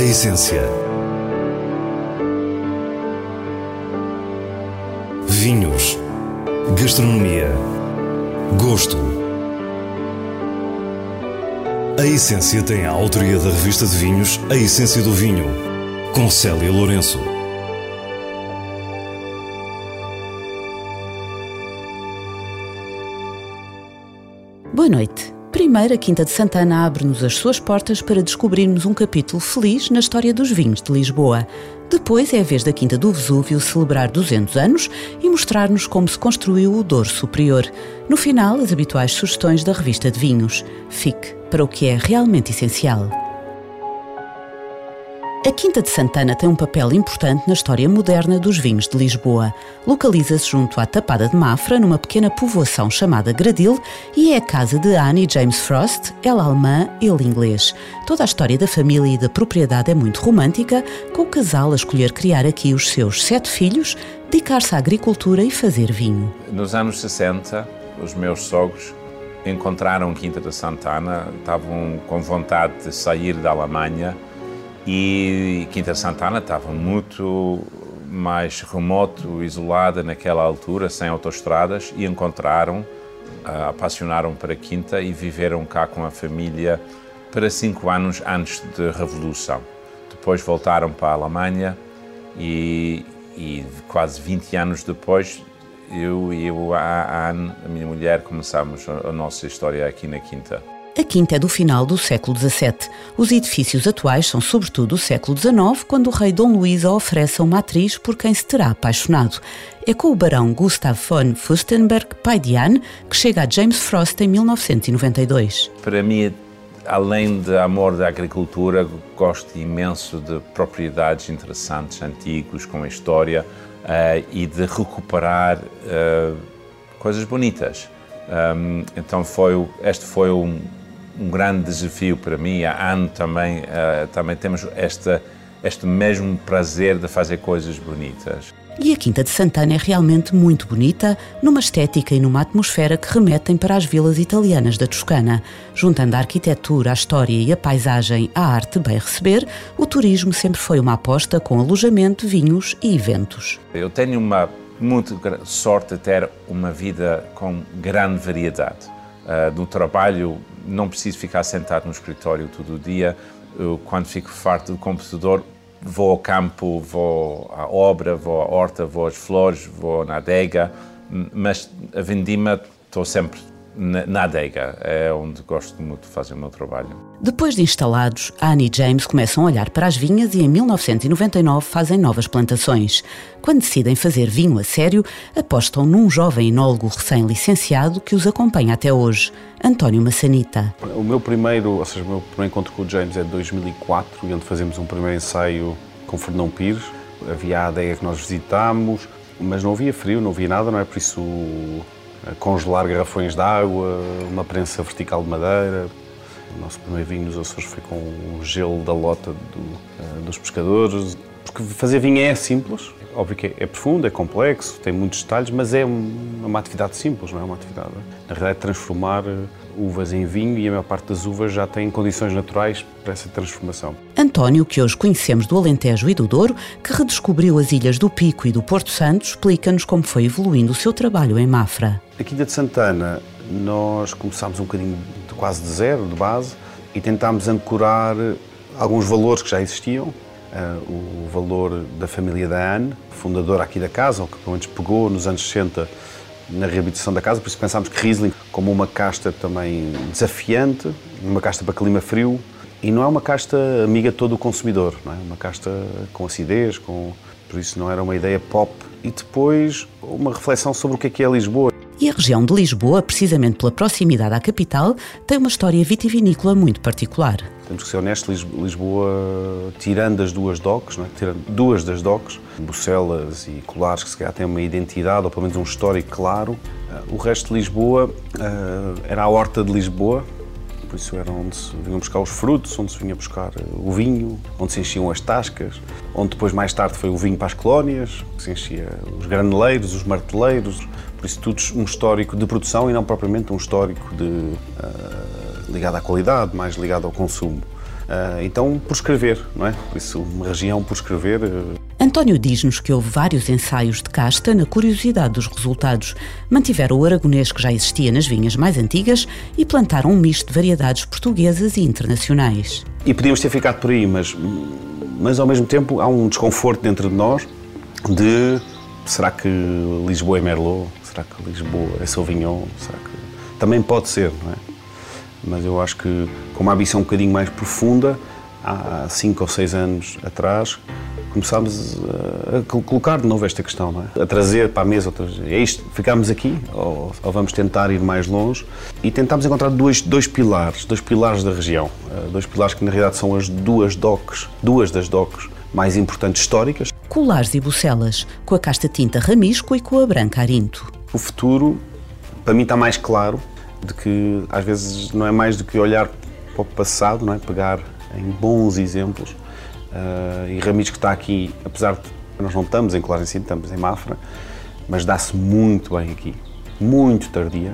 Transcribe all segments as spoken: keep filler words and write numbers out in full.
A essência. Vinhos. Gastronomia. Gosto. A Essência tem a autoria da revista de vinhos A Essência do Vinho, com Célia Lourenço. Boa noite. Primeiro, a Quinta de Santana abre-nos as suas portas para descobrirmos um capítulo feliz na história dos vinhos de Lisboa. Depois é a vez da Quinta do Vesúvio celebrar duzentos anos e mostrar-nos como se construiu o Douro Superior. No final, as habituais sugestões da revista de vinhos. Fique para o que é realmente essencial. A Quinta de Santana tem um papel importante na história moderna dos vinhos de Lisboa. Localiza-se junto à Tapada de Mafra, numa pequena povoação chamada Gradil, e é a casa de Anne e James Frost, ela alemã, ele inglês. Toda a história da família e da propriedade é muito romântica, com o casal a escolher criar aqui os seus sete filhos, dedicar-se à agricultura e fazer vinho. Nos anos sessenta, os meus sogros encontraram Quinta de Santana, estavam com vontade de sair da Alemanha, e Quinta de Santana estava muito mais remoto, isolada naquela altura, sem autoestradas, e encontraram, uh, apaixonaram para Quinta e viveram cá com a família para cinco anos antes da Revolução. Depois voltaram para a Alemanha e, e quase vinte anos depois, eu e a Anne, a minha mulher, começámos a, a nossa história aqui na Quinta. A Quinta é do final do século dezassete. Os edifícios atuais são sobretudo do século dezenove, quando o rei Dom Luís a oferece a uma atriz por quem se terá apaixonado. É com o barão Gustav von Fürstenberg, pai de Anne, que chega a James Frost em mil novecentos e noventa e dois. Para mim, além de amor da agricultura, gosto imenso de propriedades interessantes, antigos, com história, uh, e de recuperar uh, coisas bonitas. Um, então foi, este foi um um grande desafio para mim. A Anne também, uh, também temos esta, este mesmo prazer de fazer coisas bonitas. E a Quinta de Santana é realmente muito bonita, numa estética e numa atmosfera que remetem para as vilas italianas da Toscana. Juntando a arquitetura, a história e a paisagem à arte bem receber, o turismo sempre foi uma aposta com alojamento, vinhos e eventos. Eu tenho uma muita sorte de ter uma vida com grande variedade. Uh, no trabalho, não preciso ficar sentado no escritório todo o dia. Eu, quando fico farto do computador, vou ao campo, vou à obra, vou à horta, vou às flores, vou na adega, mas a vindima estou sempre na, na adega, é onde gosto muito de fazer o meu trabalho. Depois de instalados, Anne e James começam a olhar para as vinhas e em mil novecentos e noventa e nove fazem novas plantações. Quando decidem fazer vinho a sério, apostam num jovem enólogo recém-licenciado que os acompanha até hoje, António Massanita. O meu primeiro, ou seja, o meu primeiro encontro com o James é de dois mil e quatro, e onde fazemos um primeiro ensaio com Fernão Pires. Havia a adega que nós visitámos, mas não havia frio, não havia nada, não é? Por isso, congelar garrafões de água, uma prensa vertical de madeira. O nosso primeiro vinho nos Açores foi com o gelo da lota do, dos pescadores. Porque fazer vinho é simples, óbvio que é profundo, é complexo, tem muitos detalhes, mas é uma atividade simples, não é uma atividade. Na realidade, é transformar uvas em vinho, e a maior parte das uvas já tem condições naturais para essa transformação. António, que hoje conhecemos do Alentejo e do Douro, que redescobriu as ilhas do Pico e do Porto Santo, explica-nos como foi evoluindo o seu trabalho em Mafra. Na Quinta de Santana, nós começámos um bocadinho de quase de zero, de base, e tentámos ancorar alguns valores que já existiam. Uh, o valor da família da Anne, fundadora aqui da casa, ou que pelo menos pegou nos anos sessenta na reabilitação da casa, por isso pensámos que Riesling, como uma casta também desafiante, uma casta para clima frio, e não é uma casta amiga de todo o consumidor, não é? Uma casta com acidez, com... por isso não era uma ideia pop. E depois uma reflexão sobre o que é que é Lisboa. E a região de Lisboa, precisamente pela proximidade à capital, tem uma história vitivinícola muito particular. Temos que ser honestos, Lisboa, tirando as duas docks, não é? Tirando duas das docks, Bucelas e Colares, que se calhar têm uma identidade, ou pelo menos um histórico claro, o resto de Lisboa era a horta de Lisboa, por isso era onde se vinham buscar os frutos, onde se vinha buscar o vinho, onde se enchiam as tascas, onde depois mais tarde foi o vinho para as colónias, que se enchia os graneleiros, os marteleiros, por isso tudo um histórico de produção e não propriamente um histórico de, uh, ligado à qualidade, mais ligado ao consumo. Uh, então, por escrever, não é? Por isso, uma região por escrever. Uh... António diz-nos que houve vários ensaios de casta na curiosidade dos resultados. Mantiveram o aragonês que já existia nas vinhas mais antigas e plantaram um misto de variedades portuguesas e internacionais. E podíamos ter ficado por aí, mas, mas ao mesmo tempo há um desconforto dentro de nós de será que Lisboa é Merlot? Será que Lisboa é Sauvignon? Será que... Também pode ser, não é? Mas eu acho que, com uma ambição um bocadinho mais profunda, há cinco ou seis anos atrás, começámos a colocar de novo esta questão, não é? A trazer para a mesa outras... É isto, ficámos aqui ou, ou vamos tentar ir mais longe? E tentámos encontrar dois, dois pilares, dois pilares da região. Dois pilares que, na realidade, são as duas docks, duas das docks mais importantes históricas. Colares e bucelas, com a casta tinta Ramisco e com a branca Arinto. O futuro, para mim, está mais claro, de que às vezes não é mais do que olhar para o passado, não é? Pegar em bons exemplos. Uh, e Ramisco está aqui, apesar de nós não estamos em Colares em Sintra, estamos em Mafra, mas dá-se muito bem aqui, muito tardia.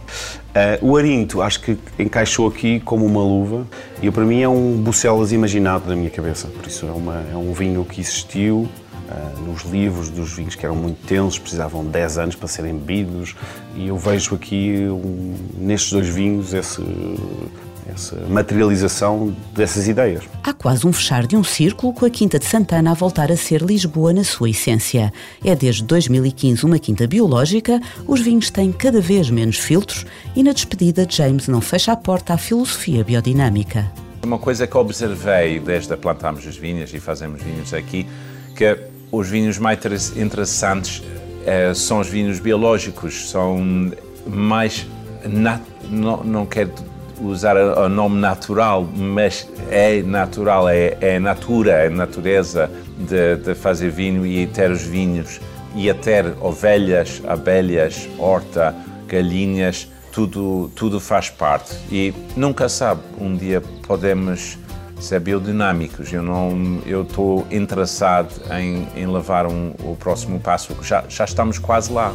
Uh, o Arinto acho que encaixou aqui como uma luva e para mim é um Bucelas imaginado na minha cabeça, por isso é, uma, é um vinho que existiu uh, nos livros dos vinhos que eram muito tensos, precisavam de dez anos para serem bebidos e eu vejo aqui um, nestes dois vinhos esse... essa materialização dessas ideias. Há quase um fechar de um círculo com a Quinta de Santana a voltar a ser Lisboa na sua essência. É desde dois mil e quinze uma quinta biológica, os vinhos têm cada vez menos filtros e na despedida James não fecha a porta à filosofia biodinâmica. Uma coisa que observei desde a plantarmos as vinhas e fazemos vinhos aqui, que os vinhos mais interessantes eh, são os vinhos biológicos, são mais... Nat- não, não quero usar o nome natural, mas é natural, é, é natura, é natureza de, de fazer vinho e ter os vinhos e a ter ovelhas, abelhas, horta, galinhas, tudo, tudo faz parte. E nunca sabe, um dia podemos ser biodinâmicos. Eu não, eu estou interessado em, em levar um, o próximo passo, já, já estamos quase lá.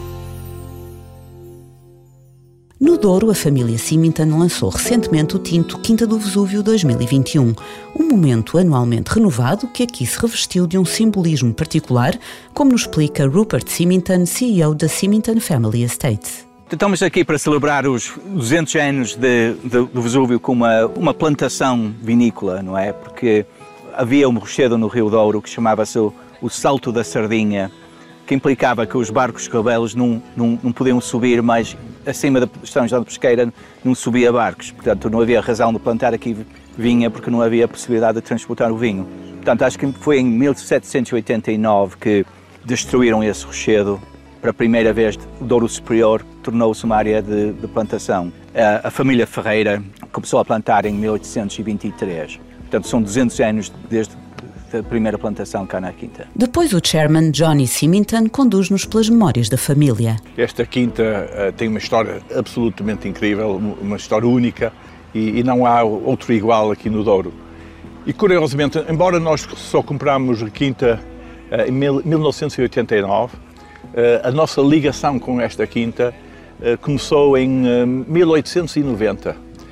No Douro, a família Symington lançou recentemente o tinto Quinta do Vesúvio dois mil e vinte e um, um momento anualmente renovado que aqui se revestiu de um simbolismo particular, como nos explica Rupert Symington, C E O da Symington Family Estate. Estamos aqui para celebrar os duzentos anos de, de, do Vesúvio com uma, uma plantação vinícola, não é? Porque havia um rochedo no Rio Douro que chamava-se o, o Salto da Sardinha, que implicava que os barcos cabelos não, não, não podiam subir mais acima da estação de pesqueira, não subia barcos. Portanto, não havia razão de plantar aqui vinha porque não havia possibilidade de transportar o vinho. Portanto, acho que foi em mil setecentos e oitenta e nove que destruíram esse rochedo. Para a primeira vez, o Douro Superior tornou-se uma área de, de plantação. A, a família Ferreira começou a plantar em mil oitocentos e vinte e três. Portanto, são duzentos anos desde a primeira plantação cá na quinta. Depois o chairman Johnny Symington conduz-nos pelas memórias da família. Esta quinta uh, tem uma história absolutamente incrível, uma história única e, e não há outro igual aqui no Douro. E curiosamente, embora nós só comprámos a quinta uh, em mil novecentos e oitenta e nove, uh, a nossa ligação com esta quinta uh, começou em uh, mil oitocentos e noventa.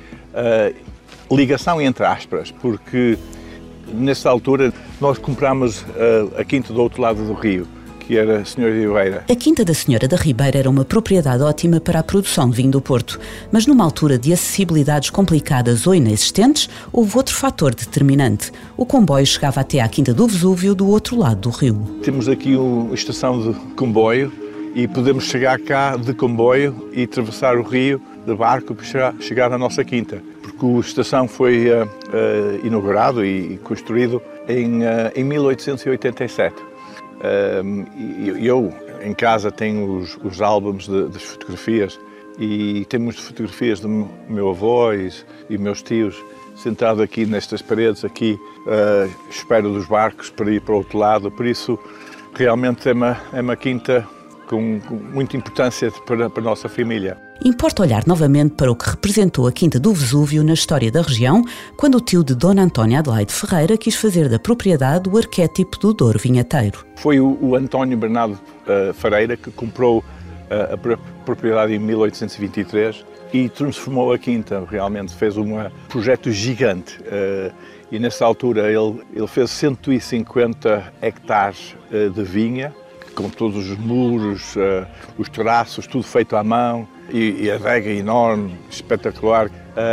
Uh, ligação entre aspas, porque nessa altura nós comprámos uh, a quinta do outro lado do rio, que era a Senhora da Ribeira. A Quinta da Senhora da Ribeira era uma propriedade ótima para a produção de vinho do Porto, mas numa altura de acessibilidades complicadas ou inexistentes, houve outro fator determinante. O comboio chegava até à Quinta do Vesúvio do outro lado do rio. Temos aqui uma estação de comboio e podemos chegar cá de comboio e atravessar o rio de barco para chegar, chegar à nossa quinta, porque a estação foi uh, uh, inaugurado e, e construído em, uh, em mil oitocentos e oitenta e sete. Uh, e eu, em casa, tenho os, os álbuns de, das fotografias e temos fotografias do meu avô e, e meus tios sentados aqui nestas paredes, aqui, uh, espera dos barcos para ir para o outro lado. Por isso, realmente é uma, é uma quinta com, com muita importância para, para a nossa família. Importa olhar novamente para o que representou a Quinta do Vesúvio na história da região, quando o tio de Dona Antónia Adelaide Ferreira quis fazer da propriedade o arquétipo do Douro vinheteiro. Foi o, o António Bernardo uh, Ferreira que comprou uh, a propriedade em mil oitocentos e vinte e três e transformou a quinta, realmente fez um projeto gigante. E nessa altura ele, ele fez cento e cinquenta hectares de vinha, com todos os muros, os terraços, tudo feito à mão, e, e a adega enorme, espetacular,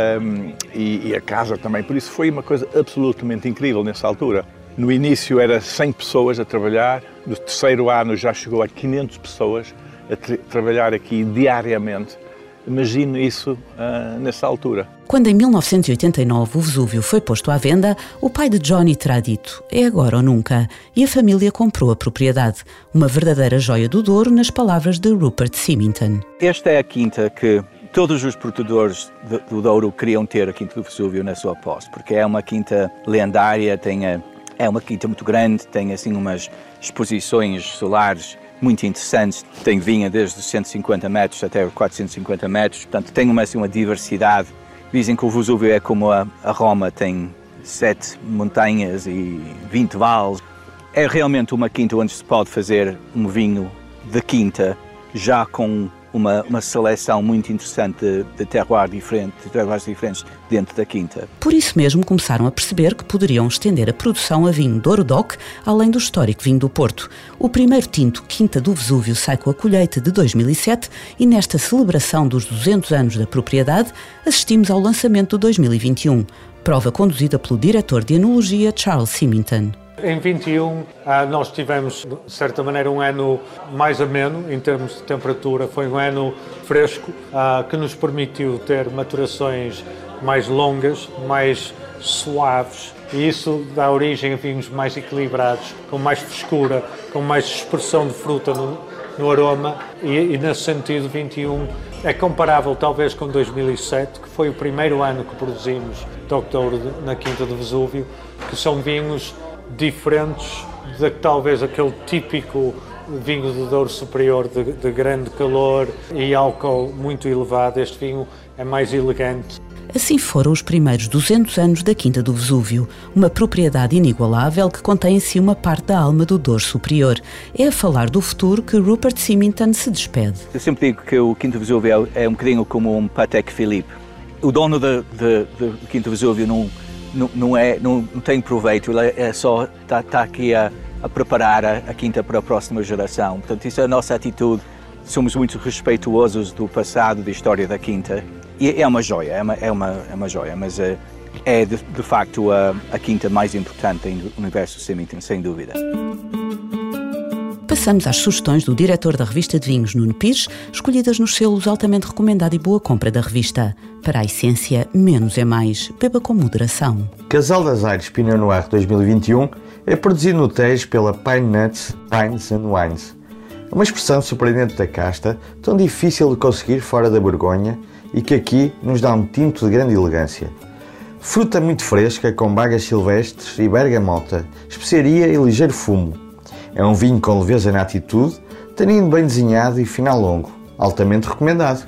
e, e a casa também. Por isso foi uma coisa absolutamente incrível nessa altura. No início era cem pessoas a trabalhar, no terceiro ano já chegou a quinhentas pessoas a tra- trabalhar aqui diariamente. Imagino isso uh, nessa altura. Quando em mil novecentos e oitenta e nove o Vesúvio foi posto à venda, o pai de Johnny terá dito: é agora ou nunca, e a família comprou a propriedade. Uma verdadeira joia do Douro, nas palavras de Rupert Symington. Esta é a quinta que todos os produtores do Douro queriam ter, a Quinta do Vesúvio, na sua posse, porque é uma quinta lendária, tem a, é uma quinta muito grande, tem assim umas exposições solares muito interessantes, tem vinha desde cento e cinquenta metros até quatrocentos e cinquenta metros, portanto tem uma, assim, uma diversidade. Dizem que o Vesúvio é como a, a Roma, tem sete montanhas e vinte vales. É realmente uma quinta onde se pode fazer um vinho de quinta, já com uma, uma seleção muito interessante de, de terroir diferente, de terroirs diferentes dentro da quinta. Por isso mesmo começaram a perceber que poderiam estender a produção a vinho Douro DOC, além do histórico vinho do Porto. O primeiro tinto Quinta do Vesúvio sai com a colheita de dois mil e sete e nesta celebração dos duzentos anos da propriedade assistimos ao lançamento do dois mil e vinte e um, prova conduzida pelo diretor de enologia Charles Symington. Em vinte e um, nós tivemos, de certa maneira, um ano mais ameno em termos de temperatura. Foi um ano fresco, que nos permitiu ter maturações mais longas, mais suaves, e isso dá origem a vinhos mais equilibrados, com mais frescura, com mais expressão de fruta no, no aroma, e, e nesse sentido vinte e um é comparável talvez com dois mil e sete, que foi o primeiro ano que produzimos DOC Douro na Quinta do Vesúvio, que são vinhos diferentes de talvez aquele típico vinho de Douro Superior de, de grande calor e álcool muito elevado. Este vinho é mais elegante. Assim foram os primeiros duzentos anos da Quinta do Vesúvio, uma propriedade inigualável que contém em si uma parte da alma do Douro Superior. É a falar do futuro que Rupert Symington se despede. Eu sempre digo que o Quinta do Vesúvio é um bocadinho como um Patek Philippe. O dono do Quinta do Vesúvio não Não, não, é, não, não tem proveito, ele é só está tá aqui a, a preparar a, a quinta para a próxima geração. Portanto, isso é a nossa atitude. Somos muito respeituosos do passado, da história da quinta. E é uma joia, é uma, é uma, é uma joia, mas é, é de, de facto a, a quinta mais importante no universo Symington, sem dúvida. Passamos às sugestões do diretor da revista de vinhos, Nuno Pires, escolhidas nos selos altamente recomendado e boa compra da revista. Para a essência, menos é mais. Beba com moderação. Casal das Aires Pinot Noir dois mil e vinte e um é produzido no Tejo pela Pine Nuts Wines and Wines. É uma expressão surpreendente da casta, tão difícil de conseguir fora da Borgonha e que aqui nos dá um tinto de grande elegância. Fruta muito fresca, com bagas silvestres e bergamota, especiaria e ligeiro fumo. É um vinho com leveza na atitude, tanino bem desenhado e final longo, altamente recomendado.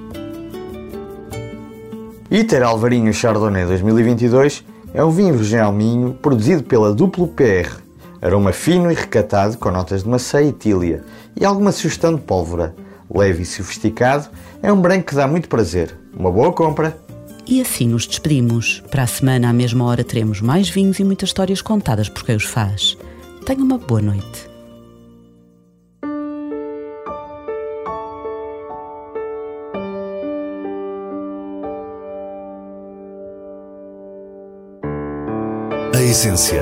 Iter Alvarinho Chardonnay dois mil e vinte e dois é um vinho regional minho produzido pela Duplo P R, aroma fino e recatado com notas de maçã e tília e alguma sugestão de pólvora. Leve e sofisticado, é um branco que dá muito prazer. Uma boa compra! E assim nos despedimos. Para a semana, à mesma hora, teremos mais vinhos e muitas histórias contadas por quem os faz. Tenha uma boa noite. A essência.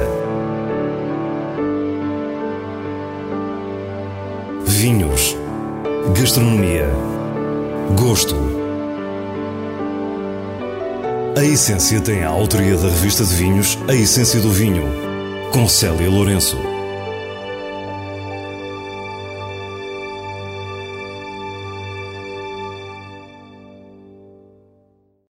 Vinhos. Gastronomia. Gosto. A Essência tem a autoria da revista de vinhos A Essência do Vinho, com Célia Lourenço.